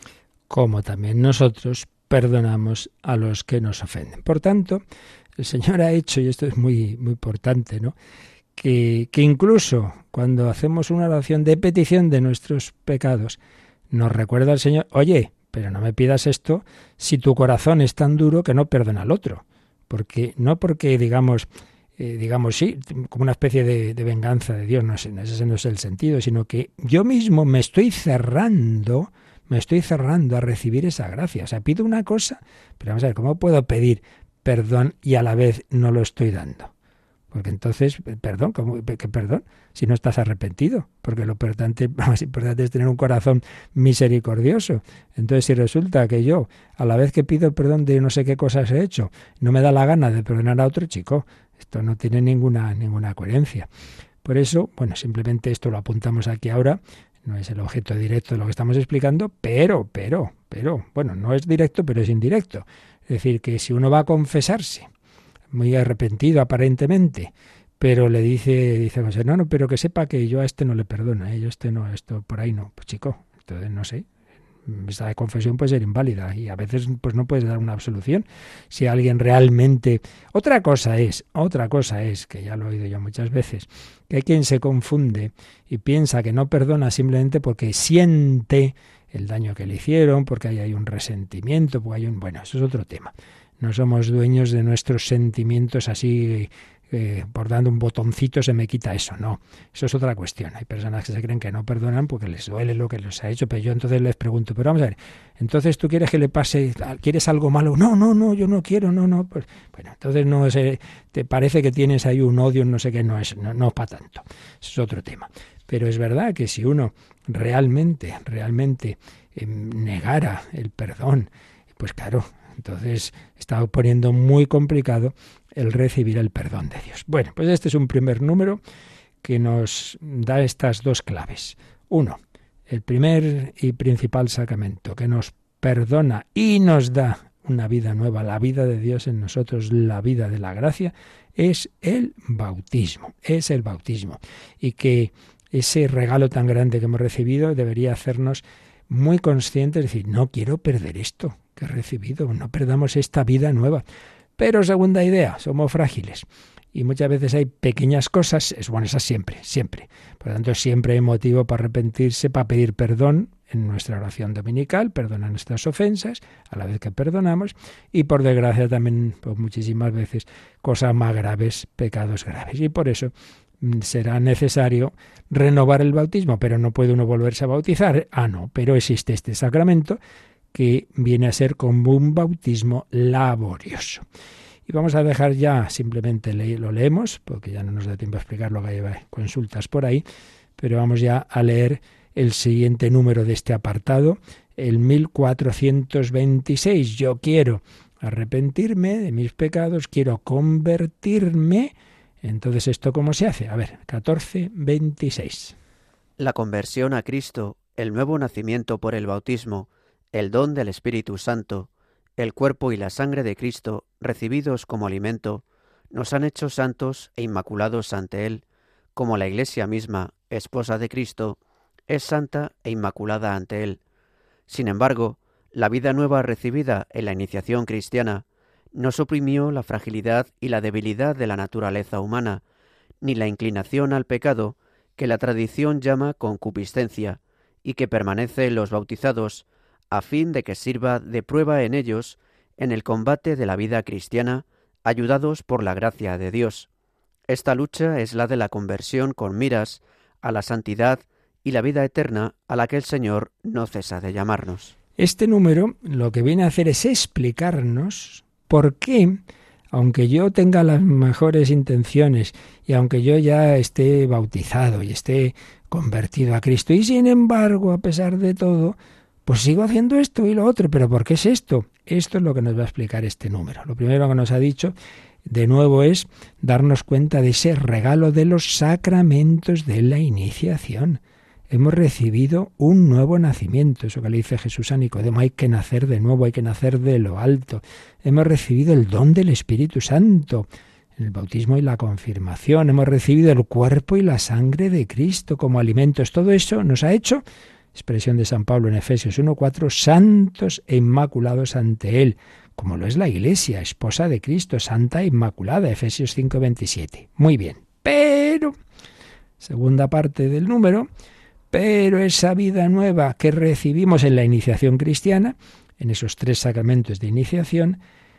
Como también nosotros perdonamos a los que nos ofenden. Por tanto, el Señor ha hecho, y esto es muy, muy importante, ¿no?, que, que incluso cuando hacemos una oración de petición de nuestros pecados, nos recuerda el Señor, oye, pero no me pidas esto si tu corazón es tan duro que no perdona al otro. Porque, no porque digamos, eh, digamos sí, como una especie de, de venganza de Dios, no es, ese no es el sentido, sino que yo mismo me estoy cerrando, me estoy cerrando a recibir esa gracia. O sea, pido una cosa, pero vamos a ver, ¿cómo puedo pedir perdón y a la vez no lo estoy dando? Porque entonces, perdón, ¿cómo, ¿qué perdón? Si no estás arrepentido, porque lo importante, más importante es tener un corazón misericordioso. Entonces, si resulta que yo, a la vez que pido el perdón de no sé qué cosas he hecho, no me da la gana de perdonar a otro chico, esto no tiene ninguna, ninguna coherencia. Por eso, bueno, simplemente esto lo apuntamos aquí ahora, no es el objeto directo de lo que estamos explicando, pero, pero, pero, bueno, no es directo, pero es indirecto. Es decir, que si uno va a confesarse, muy arrepentido aparentemente, pero le dice, dice José, no, no, pero que sepa que yo a este no le perdono, ¿eh? yo a este no, esto por ahí no, pues chico, entonces no sé, esa confesión puede ser inválida y a veces pues no puedes dar una absolución si alguien realmente... Otra cosa es, otra cosa es, que ya lo he oído yo muchas veces, que hay quien se confunde y piensa que no perdona simplemente porque siente el daño que le hicieron, porque ahí hay un resentimiento, porque hay un... Bueno, eso es otro tema. No somos dueños de nuestros sentimientos así, eh, por dando un botoncito se me quita eso. No, eso es otra cuestión. Hay personas que se creen que no perdonan porque les duele lo que les ha hecho, pero yo entonces les pregunto, pero vamos a ver, entonces tú quieres que le pase, ¿quieres algo malo? No, no, no, yo no quiero, no, no. Pues, bueno, entonces no sé, te parece que tienes ahí un odio, no sé qué, no es, no, no es para tanto. Eso es otro tema. Pero es verdad que si uno realmente, realmente eh, negara el perdón, pues claro, entonces está poniendo muy complicado el recibir el perdón de Dios. Bueno, pues este es un primer número que nos da estas dos claves. Uno, el primer y principal sacramento que nos perdona y nos da una vida nueva, la vida de Dios en nosotros, la vida de la gracia, es el bautismo, es el bautismo. Y que ese regalo tan grande que hemos recibido debería hacernos muy conscientes, es decir, no quiero perder esto que he recibido, no perdamos esta vida nueva. Pero segunda idea, somos frágiles y muchas veces hay pequeñas cosas, es bueno, esas siempre, siempre. Por lo tanto, siempre hay motivo para arrepentirse, para pedir perdón en nuestra oración dominical, perdona nuestras ofensas, a la vez que perdonamos, y por desgracia también, pues muchísimas veces, cosas más graves, pecados graves. Y por eso será necesario renovar el bautismo, pero no puede uno volverse a bautizar. Ah, no, pero existe este sacramento que viene a ser como un bautismo laborioso. Y vamos a dejar ya, simplemente le, lo leemos, porque ya no nos da tiempo a explicar lo que hay consultas por ahí, pero vamos ya a leer el siguiente número de este apartado, el mil cuatrocientos veintiséis. Yo quiero arrepentirme de mis pecados, quiero convertirme. Entonces, ¿esto cómo se hace? A ver, catorce veintiséis. La conversión a Cristo, el nuevo nacimiento por el bautismo, el don del Espíritu Santo, el cuerpo y la sangre de Cristo, recibidos como alimento, nos han hecho santos e inmaculados ante Él, como la Iglesia misma, esposa de Cristo, es santa e inmaculada ante Él. Sin embargo, la vida nueva recibida en la iniciación cristiana no suprimió la fragilidad y la debilidad de la naturaleza humana, ni la inclinación al pecado que la tradición llama concupiscencia, y que permanece en los bautizados, a fin de que sirva de prueba en ellos en el combate de la vida cristiana, ayudados por la gracia de Dios. Esta lucha es la de la conversión con miras a la santidad y la vida eterna a la que el Señor no cesa de llamarnos. Este número lo que viene a hacer es explicarnos por qué aunque yo tenga las mejores intenciones y aunque yo ya esté bautizado y esté convertido a Cristo, y sin embargo, a pesar de todo, pues sigo haciendo esto y lo otro. ¿Pero por qué es esto? Esto es lo que nos va a explicar este número. Lo primero que nos ha dicho, de nuevo, es darnos cuenta de ese regalo de los sacramentos de la iniciación. Hemos recibido un nuevo nacimiento, eso que le dice Jesús a Nicodemo, hay que nacer de nuevo, hay que nacer de lo alto. Hemos recibido el don del Espíritu Santo, el bautismo y la confirmación. Hemos recibido el cuerpo y la sangre de Cristo como alimentos. Todo eso nos ha hecho, expresión de San Pablo en Efesios uno cuatro, santos e inmaculados ante Él, como lo es la Iglesia, esposa de Cristo, santa e inmaculada, Efesios cinco veintisiete. Muy bien, pero, segunda parte del número, pero esa vida nueva que recibimos en la iniciación cristiana, en esos tres sacramentos de iniciación,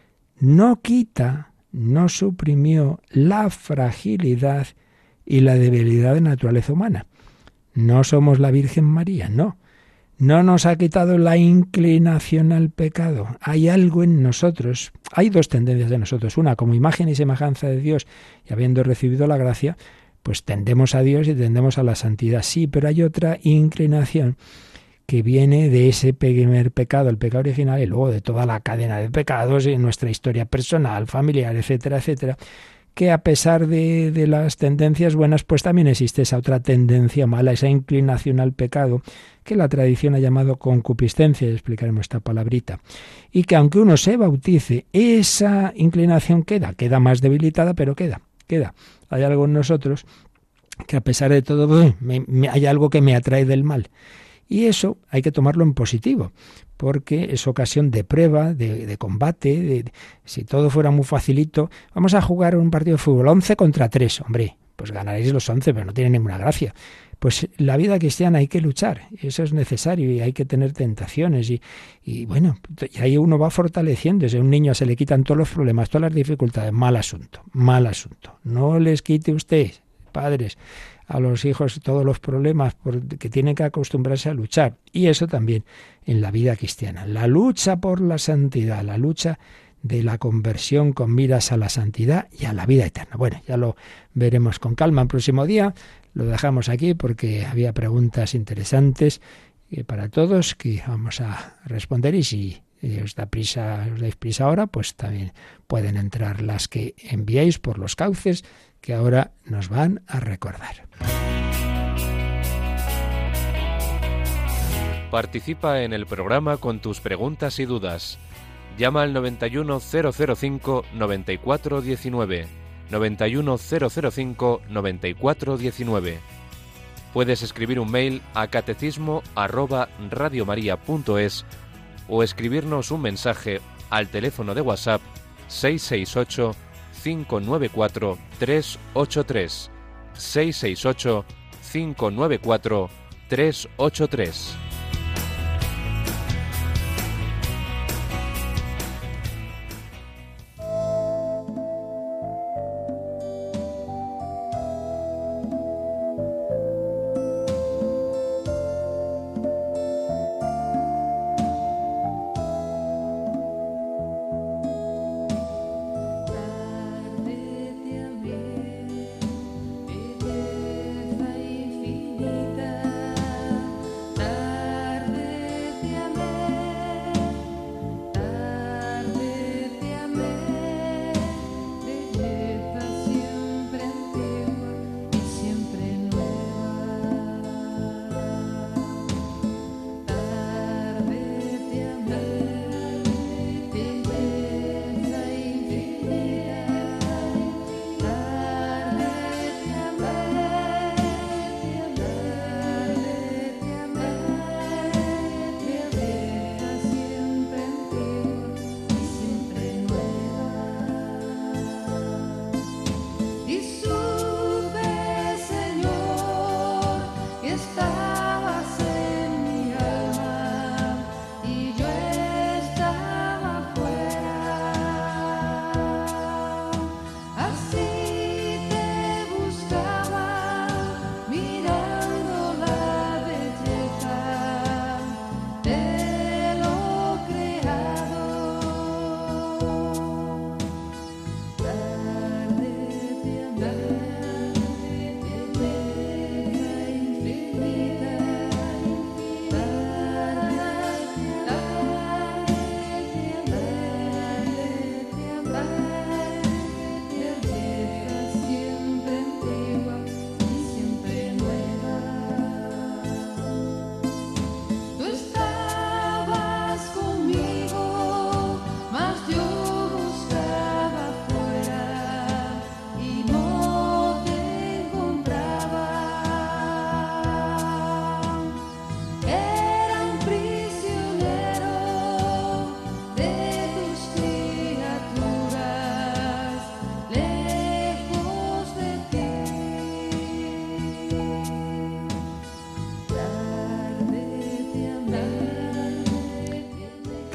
no quita, no suprimió la fragilidad y la debilidad de naturaleza humana. No somos la Virgen María, no. No nos ha quitado la inclinación al pecado. Hay algo en nosotros. Hay dos tendencias de nosotros. Una, como imagen y semejanza de Dios, y habiendo recibido la gracia, pues tendemos a Dios y tendemos a la santidad. Sí, pero hay otra inclinación que viene de ese primer pecado, el pecado original, y luego de toda la cadena de pecados en nuestra historia personal, familiar, etcétera, etcétera, que a pesar de, de las tendencias buenas, pues también existe esa otra tendencia mala, esa inclinación al pecado, que la tradición ha llamado concupiscencia, y explicaremos esta palabrita, y que aunque uno se bautice, esa inclinación queda, queda más debilitada, pero queda, queda. Hay algo en nosotros que a pesar de todo, me, me, hay algo que me atrae del mal. Y eso hay que tomarlo en positivo, porque es ocasión de prueba, de, de combate. De, de, si todo fuera muy facilito, vamos a jugar un partido de fútbol, once contra tres, hombre, pues ganaréis los once, pero no tiene ninguna gracia. Pues la vida cristiana hay que luchar, eso es necesario, y hay que tener tentaciones, y, y bueno, y ahí uno va fortaleciéndose. A un niño se le quitan todos los problemas, todas las dificultades, mal asunto, mal asunto. No les quite usted, padres, a los hijos todos los problemas, porque tienen que acostumbrarse a luchar. Y eso también en la vida cristiana. La lucha por la santidad, la lucha de la conversión con miras a la santidad y a la vida eterna. Bueno, ya lo veremos con calma el próximo día. Lo dejamos aquí porque había preguntas interesantes para todos que vamos a responder, y si os da prisa, os dais prisa ahora, pues también pueden entrar las que enviéis por los cauces que ahora nos van a recordar. Participa en el programa con tus preguntas y dudas. Llama al noventa y uno cero cero cinco noventa y cuatro diecinueve, noventa y uno cero cero cinco noventa y cuatro diecinueve. Puedes escribir un mail a catecismo arroba radiomaria.es o escribirnos un mensaje al teléfono de WhatsApp seis seis ocho cinco nueve cuatro tres ocho tres, seis seis ocho cinco nueve cuatro tres ocho tres. Belleza infinita.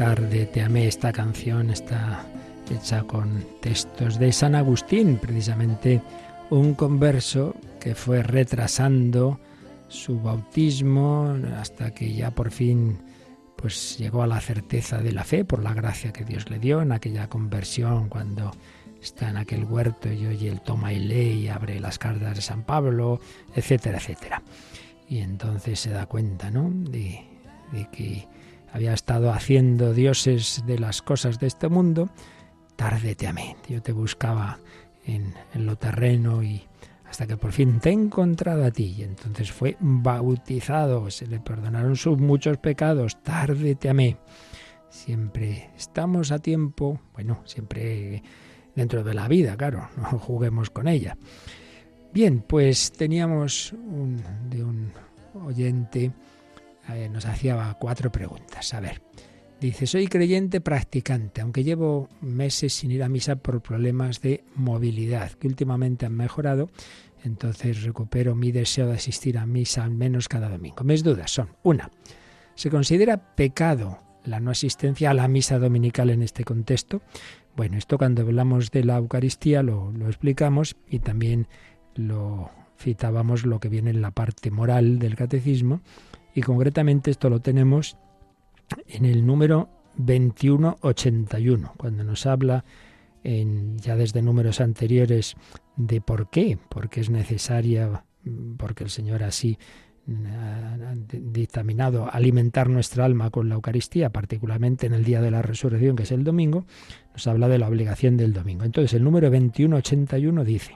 Tarde te amé. Esta canción está hecha con textos de San Agustín, precisamente un converso que fue retrasando su bautismo hasta que ya por fin pues llegó a la certeza de la fe por la gracia que Dios le dio en aquella conversión, cuando está en aquel huerto y oye el toma y lee y abre las cartas de San Pablo, etcétera, etcétera. Y entonces se da cuenta, ¿no?, de, de que había estado haciendo dioses de las cosas de este mundo. Tarde te amé, yo te buscaba en, en lo terreno y hasta que por fin te he encontrado a ti. Y entonces fue bautizado, se le perdonaron sus muchos pecados. Tarde te amé. Siempre estamos a tiempo, bueno, siempre dentro de la vida, claro, no juguemos con ella. Bien, pues teníamos un, de un oyente, eh, nos hacía cuatro preguntas. A ver, dice, soy creyente practicante, aunque llevo meses sin ir a misa por problemas de movilidad, que últimamente han mejorado, entonces recupero mi deseo de asistir a misa al menos cada domingo. Mis dudas son, una, ¿se considera pecado la no asistencia a la misa dominical en este contexto? Bueno, esto cuando hablamos de la Eucaristía lo, lo explicamos y también lo citábamos lo que viene en la parte moral del catecismo, y concretamente esto lo tenemos en el número veintiuno ochenta y uno, cuando nos habla en, ya desde números anteriores de por qué, porque es necesaria, porque el Señor así ha dictaminado alimentar nuestra alma con la Eucaristía, particularmente en el día de la resurrección, que es el domingo, nos habla de la obligación del domingo. Entonces el número veintiuno ochenta y uno dice,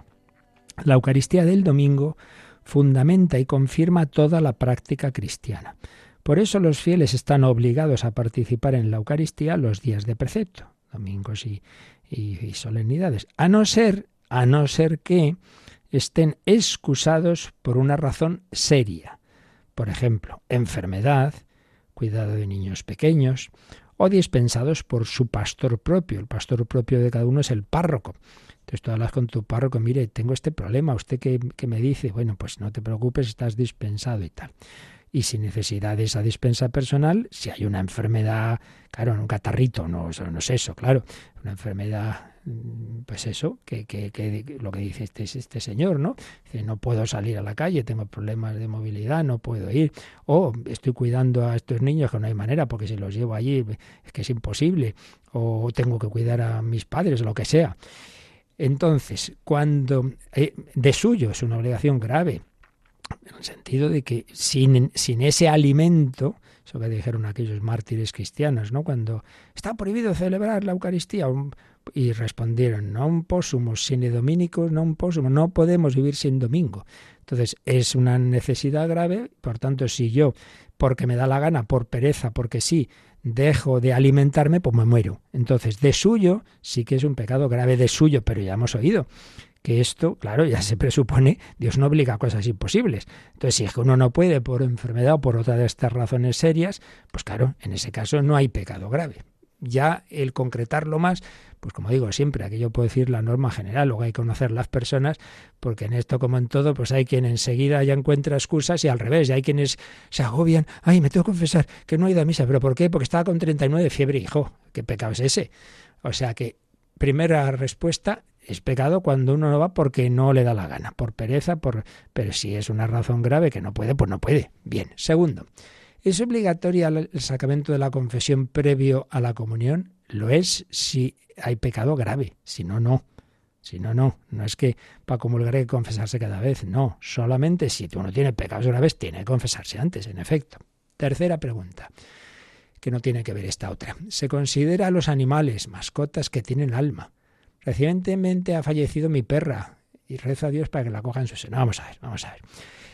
la Eucaristía del domingo fundamenta y confirma toda la práctica cristiana. Por eso los fieles están obligados a participar en la Eucaristía los días de precepto, domingos y, y, y solemnidades, a no ser, a no ser que estén excusados por una razón seria. Por ejemplo, enfermedad, cuidado de niños pequeños, o dispensados por su pastor propio. El pastor propio de cada uno es el párroco. Entonces tú hablas con tu párroco, mire, tengo este problema, ¿usted qué, qué me dice? Bueno, pues no te preocupes, estás dispensado y tal. Y sin necesidad de esa dispensa personal, si hay una enfermedad, claro, un catarrito, no, no es eso, claro, una enfermedad, pues eso, que, que, que lo que dice este, este señor, ¿no? Dice, no puedo salir a la calle, tengo problemas de movilidad, no puedo ir, o estoy cuidando a estos niños que no hay manera, porque si los llevo allí es que es imposible, o tengo que cuidar a mis padres, lo que sea. Entonces, cuando eh, de suyo es una obligación grave, en el sentido de que sin, sin ese alimento, eso que dijeron aquellos mártires cristianos, ¿no? Cuando está prohibido celebrar la Eucaristía, un, y respondieron, non possumus sine dominicus, non possumus, no podemos vivir sin domingo. Entonces es una necesidad grave, por tanto si yo, porque me da la gana, por pereza, porque sí, dejo de alimentarme, pues me muero. Entonces de suyo sí que es un pecado grave de suyo, pero ya hemos oído que esto, claro, ya se presupone, Dios no obliga a cosas imposibles. Entonces, si es que uno no puede por enfermedad o por otra de estas razones serias, pues claro, en ese caso no hay pecado grave. Ya el concretarlo más, pues como digo siempre, aquí yo puedo decir la norma general, luego hay que conocer las personas, porque en esto como en todo, pues hay quien enseguida ya encuentra excusas y al revés, y hay quienes se agobian, ay, me tengo que confesar que no he ido a misa, ¿pero por qué? Porque estaba con treinta y nueve de fiebre, hijo, ¿qué pecado es ese? O sea que, primera respuesta, es pecado cuando uno no va porque no le da la gana, por pereza, por pero si es una razón grave que no puede, pues no puede. Bien. Segundo, ¿es obligatorio el sacramento de la confesión previo a la comunión? Lo es si hay pecado grave, si no, no. Si no, no. No es que para comulgar hay que confesarse cada vez, no. Solamente si uno tiene pecados graves tiene que confesarse antes, en efecto. Tercera pregunta, que no tiene que ver esta otra. ¿Se considera a los animales, mascotas que tienen alma? Recientemente ha fallecido mi perra y rezo a Dios para que la coja en su seno. Vamos a ver, vamos a ver.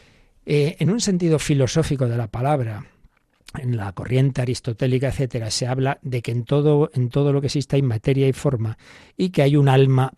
Eh, en un sentido filosófico de la palabra, en la corriente aristotélica, etcétera, se habla de que en todo, en todo lo que existe hay materia y forma y que hay un alma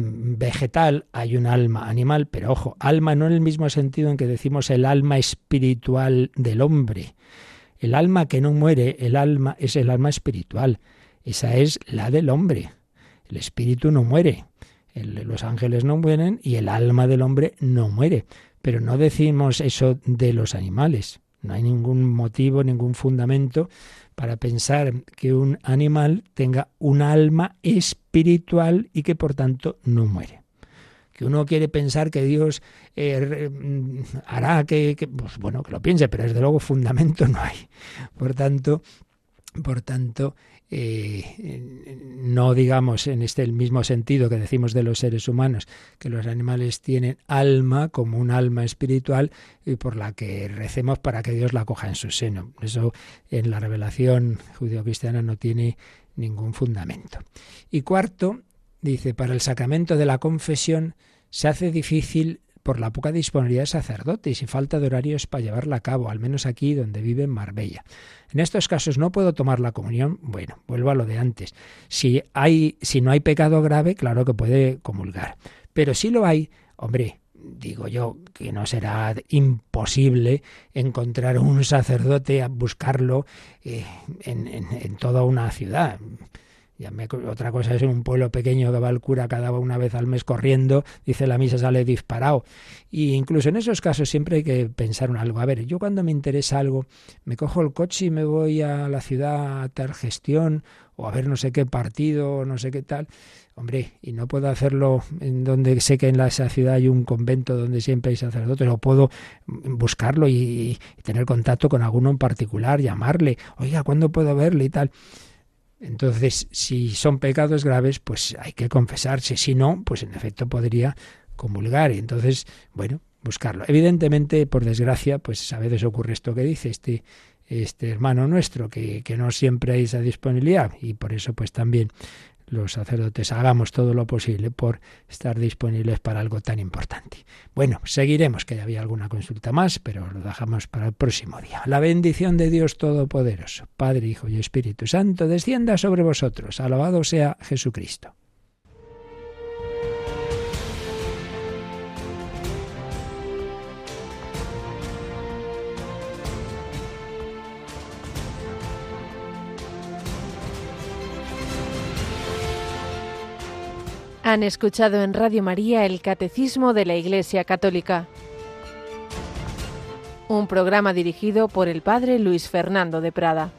vegetal, hay un alma animal, pero ojo, alma no en el mismo sentido en que decimos el alma espiritual del hombre. El alma que no muere, el alma es el alma espiritual. Esa es la del hombre. El espíritu no muere, el, los ángeles no mueren y el alma del hombre no muere. Pero no decimos eso de los animales. No hay ningún motivo, ningún fundamento para pensar que un animal tenga un alma espiritual y que por tanto no muere. Que uno quiere pensar que Dios eh, hará que, que, pues bueno, que lo piense, pero desde luego fundamento no hay. Por tanto, por tanto, eh, no digamos en este el mismo sentido que decimos de los seres humanos, que los animales tienen alma como un alma espiritual y por la que recemos para que Dios la coja en su seno. Eso en la revelación judeocristiana no tiene ningún fundamento. Y cuarto, dice, para el sacramento de la confesión se hace difícil por la poca disponibilidad de sacerdotes y falta de horarios para llevarla a cabo, al menos aquí donde vive en Marbella. En estos casos no puedo tomar la comunión. Bueno, vuelvo a lo de antes. Si hay, si no hay pecado grave, claro que puede comulgar. Pero si lo hay, hombre, digo yo que no será imposible encontrar un sacerdote, a buscarlo eh, en, en, en toda una ciudad. Ya me, otra cosa es en un pueblo pequeño que va el cura cada una vez al mes corriendo, dice la misa, sale disparado. Y incluso en esos casos siempre hay que pensar en algo. A ver, yo cuando me interesa algo, me cojo el coche y me voy a la ciudad a tal gestión, o a ver no sé qué partido, no sé qué tal. Hombre, y no puedo hacerlo en donde sé que en esa ciudad hay un convento donde siempre hay sacerdotes, o puedo buscarlo y, y tener contacto con alguno en particular, llamarle, oiga, ¿cuándo puedo verle y tal? Entonces, si son pecados graves, pues hay que confesarse. Si no, pues en efecto podría comulgar. Y entonces, bueno, buscarlo. Evidentemente, por desgracia, pues a veces ocurre esto que dice este, este hermano nuestro, que, que no siempre hay esa disponibilidad. Y por eso, pues también los sacerdotes hagamos todo lo posible por estar disponibles para algo tan importante. Bueno, seguiremos, que ya había alguna consulta más, pero lo dejamos para el próximo día. La bendición de Dios Todopoderoso, Padre, Hijo y Espíritu Santo, descienda sobre vosotros. Alabado sea Jesucristo. Han escuchado en Radio María el Catecismo de la Iglesia Católica, un programa dirigido por el Padre Luis Fernando de Prada.